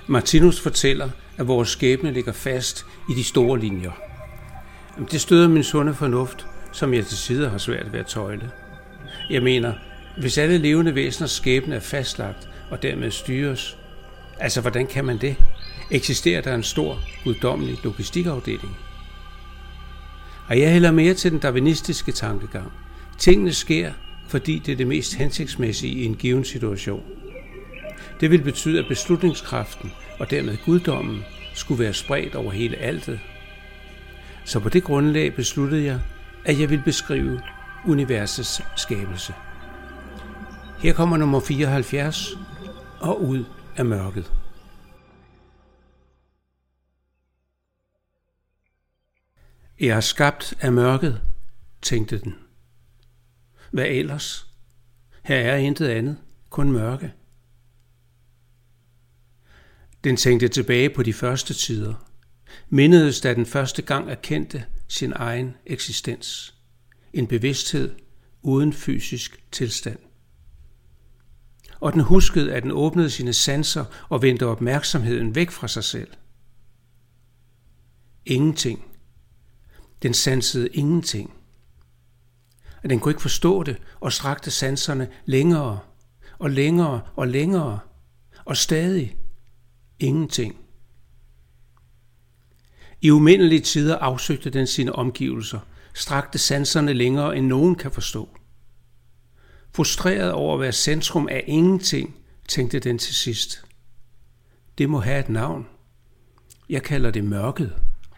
Martinus fortæller, at vores skæbne ligger fast i de store linjer. Det støder min sunde fornuft, som jeg til tider har svært ved at tøjle. Jeg mener, hvis alle levende væseners skæbne er fastlagt og dermed styres, altså hvordan kan man det? Eksisterer der en stor, guddommelig logistikafdeling? Og jeg hælder mere til den darwinistiske tankegang. Tingene sker, fordi det er det mest hensigtsmæssige i en given situation. Det vil betyde, at beslutningskraften og dermed guddommen skulle være spredt over hele altet. Så på det grundlag besluttede jeg, at jeg vil beskrive universets skabelse. Her kommer nummer 74 og ud af mørket. Jeg er skabt af mørket, tænkte den. Hvad ellers? Her er intet andet, kun mørke. Den tænkte tilbage på de første tider, mindedes da den første gang erkendte sin egen eksistens, en bevidsthed uden fysisk tilstand. Og den huskede, at den åbnede sine sanser og vendte opmærksomheden væk fra sig selv. Ingenting. Den sansede ingenting. Og den kunne ikke forstå det og strakte sanserne længere og længere og længere og stadig ingenting. I umindelige tider afsøgte den sine omgivelser, strakte sanserne længere end nogen kan forstå. Frustreret over at være centrum af ingenting, tænkte den til sidst. Det må have et navn. Jeg kalder det mørket.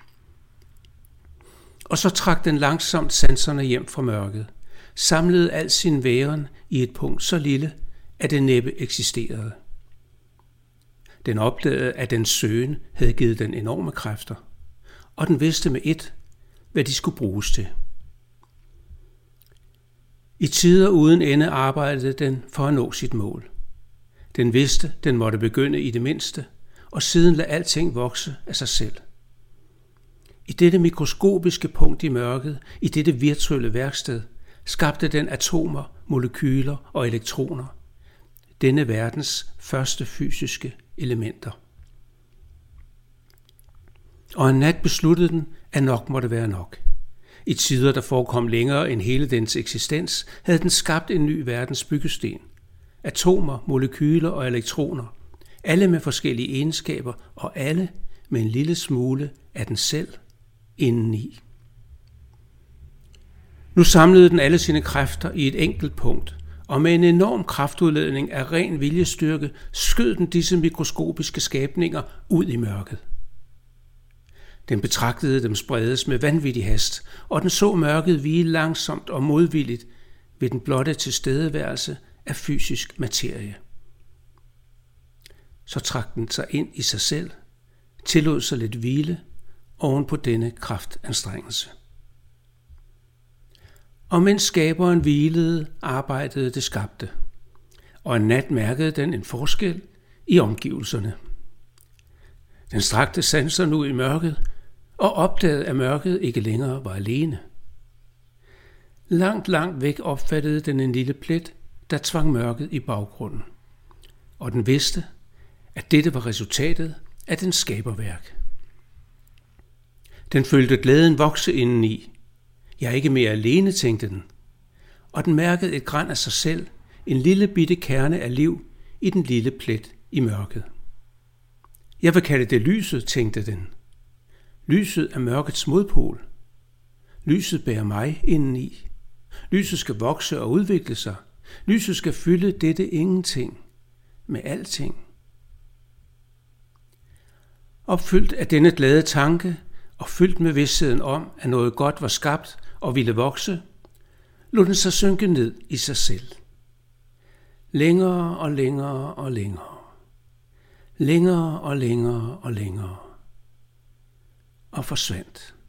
Og så trak den langsomt sanserne hjem fra mørket, samlede al sin væren i et punkt så lille, at det næppe eksisterede. Den opdagede, at dens søgen havde givet den enorme kræfter, og den vidste med ét, hvad de skulle bruges til. I tider uden ende arbejdede den for at nå sit mål. Den vidste, den måtte begynde i det mindste, og siden lade alting vokse af sig selv. I dette mikroskopiske punkt i mørket, i dette virtuelle værksted, skabte den atomer, molekyler og elektroner, denne verdens første fysiske elementer. Og en nat besluttede den, at nok måtte være nok. I tider, der forekom længere end hele dens eksistens, havde den skabt en ny verdens byggesten. Atomer, molekyler og elektroner, alle med forskellige egenskaber og alle med en lille smule af den selv indeni. Nu samlede den alle sine kræfter i et enkelt punkt, og med en enorm kraftudledning af ren viljestyrke skød den disse mikroskopiske skabninger ud i mørket. Den betragtede dem spredes med vanvittig hast, og den så mørket hvile langsomt og modvilligt ved den blotte tilstedeværelse af fysisk materie. Så trak den sig ind i sig selv, tillod sig lidt hvile oven på denne kraftanstrengelse. Og mens skaberen hvilede, arbejdede det skabte, og en nat mærkede den en forskel i omgivelserne. Den strakte sanserne ud i mørket, og opdagede, at mørket ikke længere var alene. Langt, langt væk opfattede den en lille plet, der tvang mørket i baggrunden. Og den vidste, at dette var resultatet af dens skaberværk. Den følte glæden vokse indeni. Jeg er ikke mere alene, tænkte den. Og den mærkede et gran af sig selv, en lille bitte kerne af liv i den lille plet i mørket. Jeg vil kalde det lyset, tænkte den. Lyset er mørkets modpol. Lyset bærer mig indeni. Lyset skal vokse og udvikle sig. Lyset skal fylde dette ingenting med alting. Opfyldt af denne glade tanke og fyldt med vidstheden om, at noget godt var skabt og ville vokse, lod den sig synke ned i sig selv. Længere og længere og længere. Længere og længere og længere. Og forsvandt.